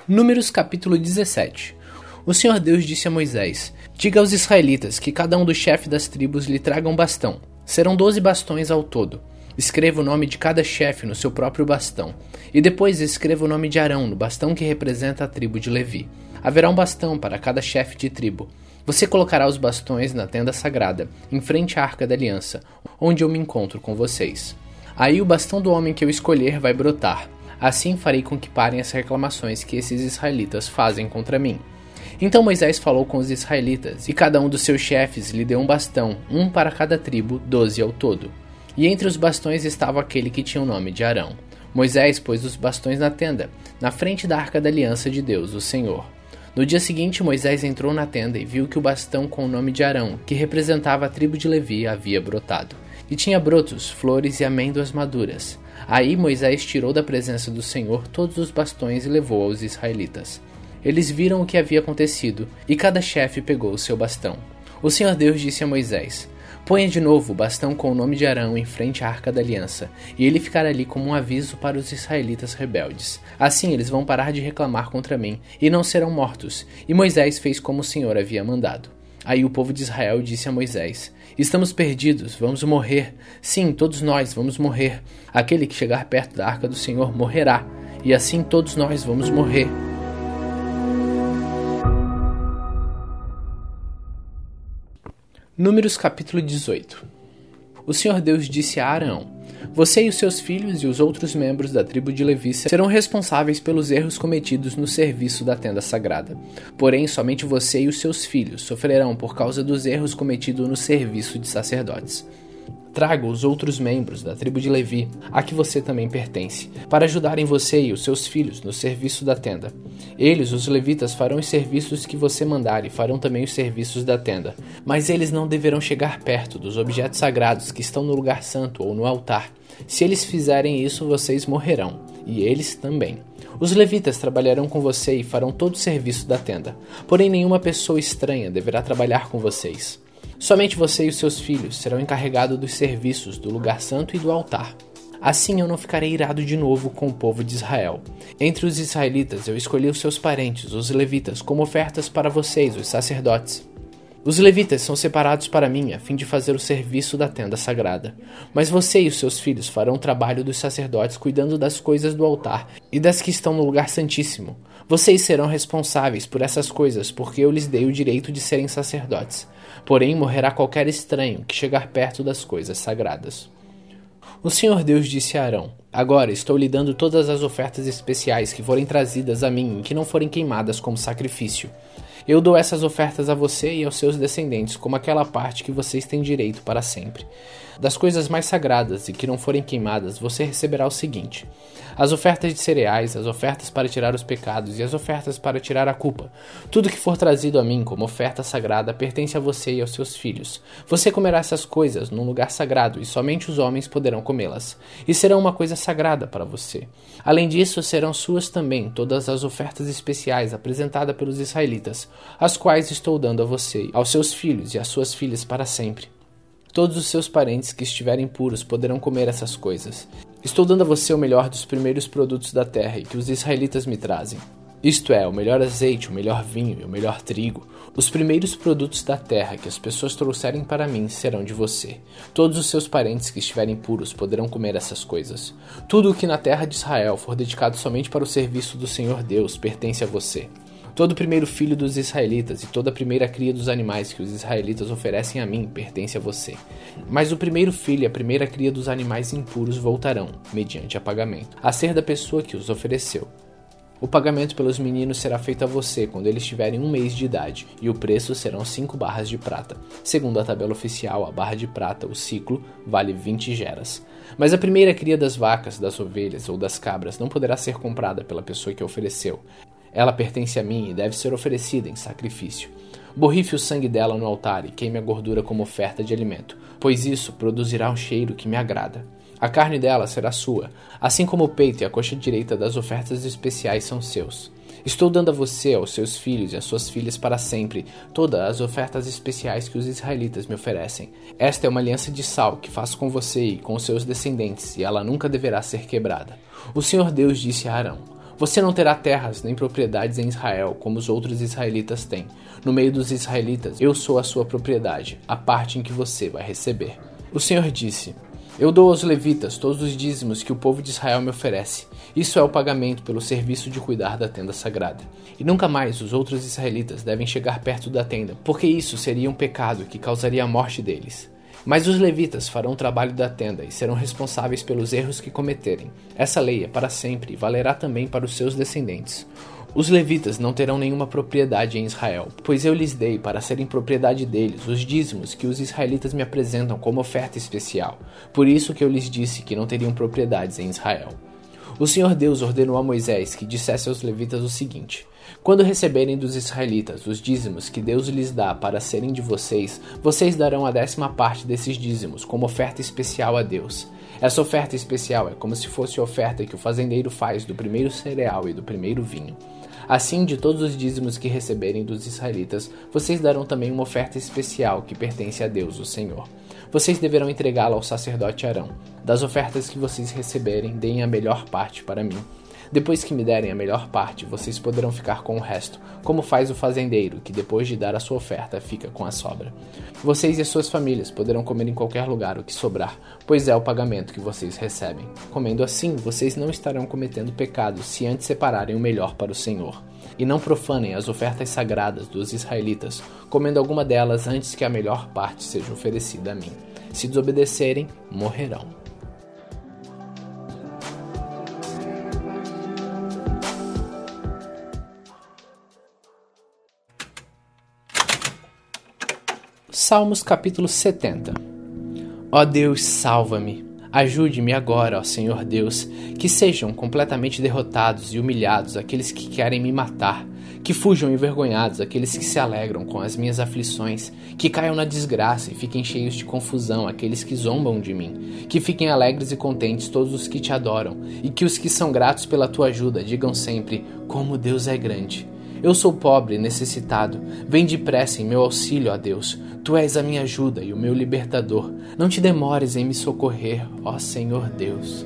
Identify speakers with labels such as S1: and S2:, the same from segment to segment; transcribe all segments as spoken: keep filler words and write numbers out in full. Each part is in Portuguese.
S1: Números capítulo dezessete. O Senhor Deus disse a Moisés: diga aos israelitas que cada um dos chefes das tribos lhe traga um bastão. Serão doze bastões ao todo. Escreva o nome de cada chefe no seu próprio bastão. E depois escreva o nome de Arão no bastão que representa a tribo de Levi. Haverá um bastão para cada chefe de tribo. Você colocará os bastões na tenda sagrada, em frente à Arca da Aliança, onde eu me encontro com vocês. Aí o bastão do homem que eu escolher vai brotar. Assim farei com que parem as reclamações que esses israelitas fazem contra mim. Então Moisés falou com os israelitas, e cada um dos seus chefes lhe deu um bastão, um para cada tribo, doze ao todo. E entre os bastões estava aquele que tinha o nome de Arão. Moisés pôs os bastões na tenda, na frente da Arca da Aliança de Deus, o Senhor. No dia seguinte, Moisés entrou na tenda e viu que o bastão com o nome de Arão, que representava a tribo de Levi, havia brotado. E tinha brotos, flores e amêndoas maduras. Aí Moisés tirou da presença do Senhor todos os bastões e levou aos israelitas. Eles viram o que havia acontecido, e cada chefe pegou o seu bastão. O Senhor Deus disse a Moisés: ponha de novo o bastão com o nome de Arão em frente à Arca da Aliança, e ele ficará ali como um aviso para os israelitas rebeldes. Assim eles vão parar de reclamar contra mim, e não serão mortos. E Moisés fez como o Senhor havia mandado. Aí o povo de Israel disse a Moisés: estamos perdidos, vamos morrer. Sim, todos nós vamos morrer. Aquele que chegar perto da Arca do Senhor morrerá, e assim todos nós vamos morrer. Números capítulo dezoito. O Senhor Deus disse a Arão: você e os seus filhos e os outros membros da tribo de Levi serão responsáveis pelos erros cometidos no serviço da tenda sagrada. Porém, somente você e os seus filhos sofrerão por causa dos erros cometidos no serviço de sacerdotes. Traga os outros membros da tribo de Levi, a que você também pertence, para ajudarem você e os seus filhos no serviço da tenda. Eles, os levitas, farão os serviços que você mandar e farão também os serviços da tenda. Mas eles não deverão chegar perto dos objetos sagrados que estão no lugar santo ou no altar. Se eles fizerem isso, vocês morrerão, e eles também. Os levitas trabalharão com você e farão todo o serviço da tenda. Porém, nenhuma pessoa estranha deverá trabalhar com vocês. Somente você e os seus filhos serão encarregados dos serviços do lugar santo e do altar. Assim eu não ficarei irado de novo com o povo de Israel. Entre os israelitas eu escolhi os seus parentes, os levitas, como ofertas para vocês, os sacerdotes. Os levitas são separados para mim, a fim de fazer o serviço da tenda sagrada. Mas você e os seus filhos farão o trabalho dos sacerdotes, cuidando das coisas do altar e das que estão no lugar santíssimo. Vocês serão responsáveis por essas coisas, porque eu lhes dei o direito de serem sacerdotes. Porém, morrerá qualquer estranho que chegar perto das coisas sagradas. O Senhor Deus disse a Arão: agora estou lhe dando todas as ofertas especiais que forem trazidas a mim e que não forem queimadas como sacrifício. Eu dou essas ofertas a você e aos seus descendentes como aquela parte que vocês têm direito para sempre. Das coisas mais sagradas e que não forem queimadas, você receberá o seguinte: as ofertas de cereais, as ofertas para tirar os pecados e as ofertas para tirar a culpa. Tudo que for trazido a mim como oferta sagrada pertence a você e aos seus filhos. Você comerá essas coisas num lugar sagrado e somente os homens poderão comê-las. E serão uma coisa sagrada para você. Além disso, serão suas também todas as ofertas especiais apresentadas pelos israelitas, as quais estou dando a você, aos seus filhos e às suas filhas para sempre. Todos os seus parentes que estiverem puros poderão comer essas coisas. Estou dando a você o melhor dos primeiros produtos da terra e que os israelitas me trazem. Isto é, o melhor azeite, o melhor vinho e o melhor trigo. Os primeiros produtos da terra que as pessoas trouxerem para mim serão de você. Todos os seus parentes que estiverem puros poderão comer essas coisas. Tudo o que na terra de Israel for dedicado somente para o serviço do Senhor Deus pertence a você. Todo o primeiro filho dos israelitas e toda a primeira cria dos animais que os israelitas oferecem a mim pertence a você. Mas o primeiro filho e a primeira cria dos animais impuros voltarão, mediante a pagamento, a ser da pessoa que os ofereceu. O pagamento pelos meninos será feito a você quando eles tiverem um mês de idade, e o preço serão cinco barras de prata. Segundo a tabela oficial, a barra de prata, o ciclo, vale vinte geras. Mas a primeira cria das vacas, das ovelhas ou das cabras não poderá ser comprada pela pessoa que ofereceu. Ela pertence a mim e deve ser oferecida em sacrifício. Borrife o sangue dela no altar e queime a gordura como oferta de alimento, pois isso produzirá um cheiro que me agrada. A carne dela será sua, assim como o peito e a coxa direita das ofertas especiais são seus. Estou dando a você, aos seus filhos e às suas filhas para sempre, todas as ofertas especiais que os israelitas me oferecem. Esta é uma aliança de sal que faço com você e com os seus descendentes, e ela nunca deverá ser quebrada. O Senhor Deus disse a Arão: Você não terá terras nem propriedades em Israel, como os outros israelitas têm. No meio dos israelitas, eu sou a sua propriedade, a parte em que você vai receber. O Senhor disse: Eu dou aos levitas todos os dízimos que o povo de Israel me oferece. Isso é o pagamento pelo serviço de cuidar da tenda sagrada. E nunca mais os outros israelitas devem chegar perto da tenda, porque isso seria um pecado que causaria a morte deles. Mas os levitas farão o trabalho da tenda e serão responsáveis pelos erros que cometerem. Essa lei é para sempre e valerá também para os seus descendentes. Os levitas não terão nenhuma propriedade em Israel, pois eu lhes dei para serem propriedade deles os dízimos que os israelitas me apresentam como oferta especial. Por isso que eu lhes disse que não teriam propriedades em Israel. O Senhor Deus ordenou a Moisés que dissesse aos levitas o seguinte: Quando receberem dos israelitas os dízimos que Deus lhes dá para serem de vocês, vocês darão a décima parte desses dízimos como oferta especial a Deus. Essa oferta especial é como se fosse a oferta que o fazendeiro faz do primeiro cereal e do primeiro vinho. Assim, de todos os dízimos que receberem dos israelitas, vocês darão também uma oferta especial que pertence a Deus, o Senhor. Vocês deverão entregá-la ao sacerdote Arão. Das ofertas que vocês receberem, deem a melhor parte para mim. Depois que me derem a melhor parte, vocês poderão ficar com o resto, como faz o fazendeiro, que depois de dar a sua oferta, fica com a sobra. Vocês e as suas famílias poderão comer em qualquer lugar o que sobrar, pois é o pagamento que vocês recebem. Comendo assim, vocês não estarão cometendo pecado se antes separarem o melhor para o Senhor. E não profanem as ofertas sagradas dos israelitas, comendo alguma delas antes que a melhor parte seja oferecida a mim. Se desobedecerem, morrerão. Salmos capítulo setenta. Ó Deus, salva-me. Ajude-me agora, ó Senhor Deus, que sejam completamente derrotados e humilhados aqueles que querem me matar, que fujam envergonhados aqueles que se alegram com as minhas aflições, que caiam na desgraça e fiquem cheios de confusão aqueles que zombam de mim, que fiquem alegres e contentes todos os que te adoram, e que os que são gratos pela tua ajuda digam sempre: como Deus é grande. Eu sou pobre e necessitado. Vem depressa em meu auxílio, ó Deus. Tu és a minha ajuda e o meu libertador. Não te demores em me socorrer, ó Senhor Deus.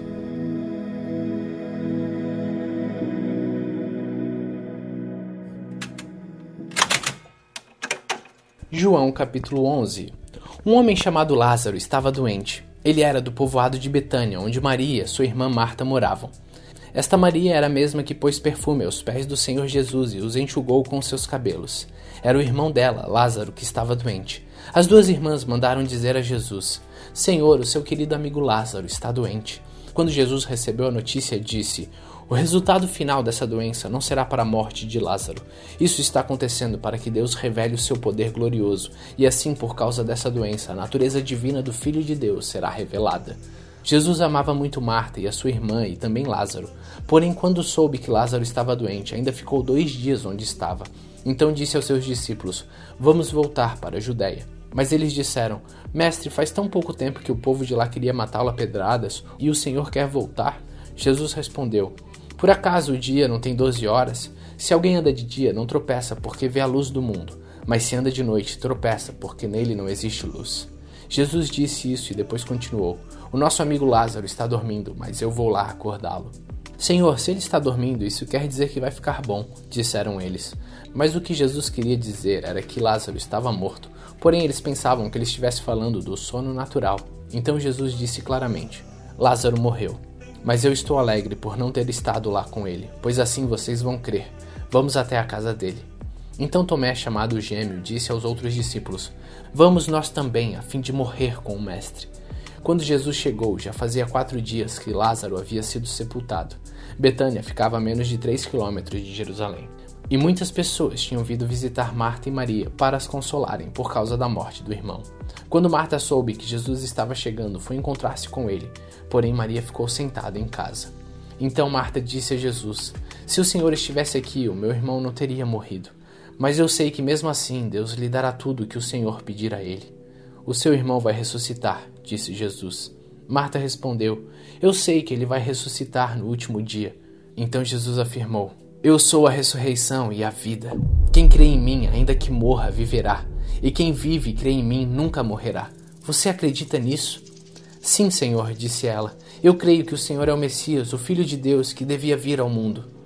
S1: João capítulo onze. Um homem chamado Lázaro estava doente. Ele era do povoado de Betânia, onde Maria, sua irmã Marta, moravam. Esta Maria era a mesma que pôs perfume aos pés do Senhor Jesus e os enxugou com seus cabelos. Era o irmão dela, Lázaro, que estava doente. As duas irmãs mandaram dizer a Jesus: Senhor, o seu querido amigo Lázaro está doente. Quando Jesus recebeu a notícia, disse: O resultado final dessa doença não será para a morte de Lázaro. Isso está acontecendo para que Deus revele o seu poder glorioso, e assim, por causa dessa doença, a natureza divina do Filho de Deus será revelada. Jesus amava muito Marta e a sua irmã e também Lázaro. Porém, quando soube que Lázaro estava doente, ainda ficou dois dias onde estava. Então disse aos seus discípulos: Vamos voltar para a Judéia. Mas eles disseram: Mestre, faz tão pouco tempo que o povo de lá queria matá-lo a pedradas, e o Senhor quer voltar? Jesus respondeu: Por acaso o dia não tem doze horas? Se alguém anda de dia, não tropeça porque vê a luz do mundo. Mas se anda de noite, tropeça porque nele não existe luz. Jesus disse isso e depois continuou: O nosso amigo Lázaro está dormindo, mas eu vou lá acordá-lo. Senhor, se ele está dormindo, isso quer dizer que vai ficar bom, disseram eles. Mas o que Jesus queria dizer era que Lázaro estava morto, porém eles pensavam que ele estivesse falando do sono natural. Então Jesus disse claramente: Lázaro morreu, mas eu estou alegre por não ter estado lá com ele, pois assim vocês vão crer. Vamos até a casa dele. Então Tomé, chamado Gêmeo, disse aos outros discípulos: Vamos nós também, a fim de morrer com o mestre. Quando Jesus chegou, já fazia quatro dias que Lázaro havia sido sepultado. Betânia ficava a menos de três quilômetros de Jerusalém. E muitas pessoas tinham vindo visitar Marta e Maria para as consolarem por causa da morte do irmão. Quando Marta soube que Jesus estava chegando, foi encontrar-se com ele, porém Maria ficou sentada em casa. Então Marta disse a Jesus: Se o Senhor estivesse aqui, o meu irmão não teria morrido. Mas eu sei que mesmo assim Deus lhe dará tudo o que o Senhor pedir a ele. O seu irmão vai ressuscitar, disse Jesus. Marta respondeu: Eu sei que ele vai ressuscitar no último dia. Então Jesus afirmou: Eu sou a ressurreição e a vida. Quem crê em mim, ainda que morra, viverá. E quem vive e crê em mim nunca morrerá. Você acredita nisso? Sim, Senhor, disse ela. Eu creio que o Senhor é o Messias, o Filho de Deus, que devia vir ao mundo.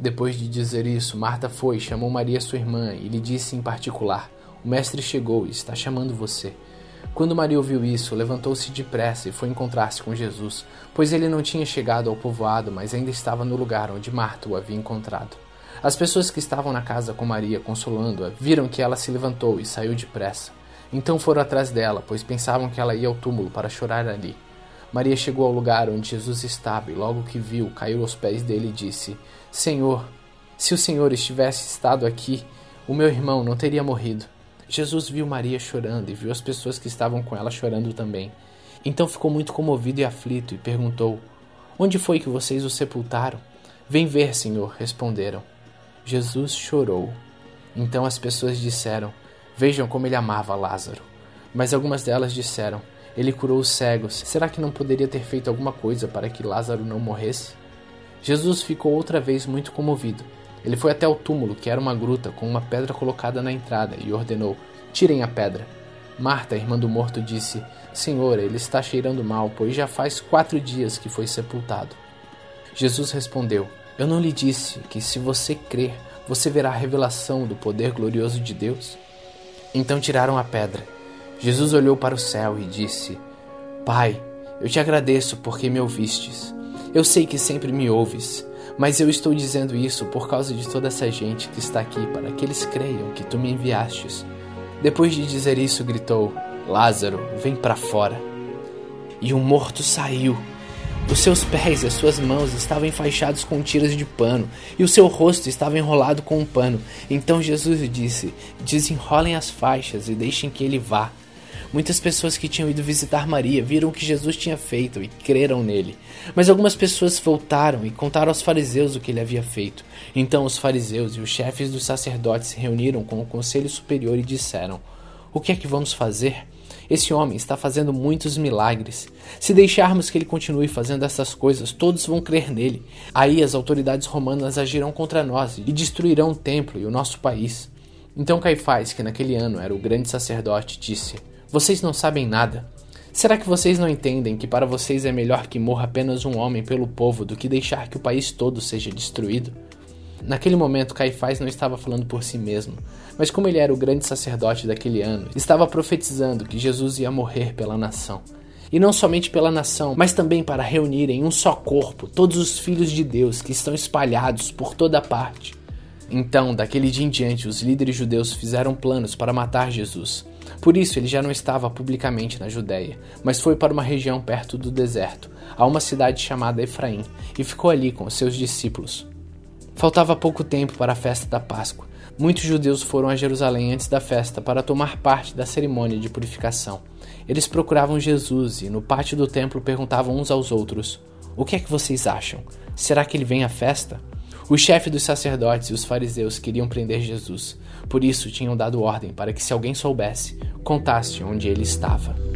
S1: Depois de dizer isso, Marta foi, chamou Maria sua irmã e lhe disse em particular: o mestre chegou e está chamando você. Quando Maria ouviu isso, levantou-se depressa e foi encontrar-se com Jesus, pois ele não tinha chegado ao povoado, mas ainda estava no lugar onde Marta o havia encontrado. As pessoas que estavam na casa com Maria, consolando-a, viram que ela se levantou e saiu depressa. Então foram atrás dela, pois pensavam que ela ia ao túmulo para chorar ali. Maria chegou ao lugar onde Jesus estava e logo que viu, caiu aos pés dele e disse: Senhor, se o Senhor estivesse estado aqui, o meu irmão não teria morrido. Jesus viu Maria chorando e viu as pessoas que estavam com ela chorando também. Então ficou muito comovido e aflito e perguntou: Onde foi que vocês o sepultaram? Vem ver, Senhor, responderam. Jesus chorou. Então as pessoas disseram: Vejam como ele amava Lázaro. Mas algumas delas disseram: Ele curou os cegos. Será que não poderia ter feito alguma coisa para que Lázaro não morresse? Jesus ficou outra vez muito comovido. Ele foi até o túmulo, que era uma gruta com uma pedra colocada na entrada, e ordenou: Tirem a pedra. Marta, irmã do morto, disse: Senhor, ele está cheirando mal, pois já faz quatro dias que foi sepultado. Jesus respondeu: Eu não lhe disse que, se você crer, você verá a revelação do poder glorioso de Deus? Então tiraram a pedra. Jesus olhou para o céu e disse: Pai, eu te agradeço porque me ouvistes. Eu sei que sempre me ouves, mas eu estou dizendo isso por causa de toda essa gente que está aqui, para que eles creiam que tu me enviastes. Depois de dizer isso, gritou: Lázaro, vem para fora. E o morto saiu. Os seus pés e as suas mãos estavam enfaixados com tiras de pano, e o seu rosto estava enrolado com um pano. Então Jesus disse: Desenrolem as faixas e deixem que ele vá. Muitas pessoas que tinham ido visitar Maria viram o que Jesus tinha feito e creram nele. Mas algumas pessoas voltaram e contaram aos fariseus o que ele havia feito. Então os fariseus e os chefes dos sacerdotes se reuniram com o conselho superior e disseram: O que é que vamos fazer? Esse homem está fazendo muitos milagres. Se deixarmos que ele continue fazendo essas coisas, todos vão crer nele. Aí as autoridades romanas agirão contra nós e destruirão o templo e o nosso país. Então Caifás, que naquele ano era o grande sacerdote, disse: Vocês não sabem nada. Será que vocês não entendem que para vocês é melhor que morra apenas um homem pelo povo do que deixar que o país todo seja destruído? Naquele momento, Caifás não estava falando por si mesmo, mas como ele era o grande sacerdote daquele ano, estava profetizando que Jesus ia morrer pela nação. E não somente pela nação, mas também para reunir em um só corpo todos os filhos de Deus que estão espalhados por toda parte. Então, daquele dia em diante, os líderes judeus fizeram planos para matar Jesus. Por isso, ele já não estava publicamente na Judéia, mas foi para uma região perto do deserto, a uma cidade chamada Efraim, e ficou ali com os seus discípulos. Faltava pouco tempo para a festa da Páscoa. Muitos judeus foram a Jerusalém antes da festa para tomar parte da cerimônia de purificação. Eles procuravam Jesus e no pátio do templo perguntavam uns aos outros: O que é que vocês acham? Será que ele vem à festa? O chefe dos sacerdotes e os fariseus queriam prender Jesus. Por isso tinham dado ordem para que, se alguém soubesse, contasse onde ele estava.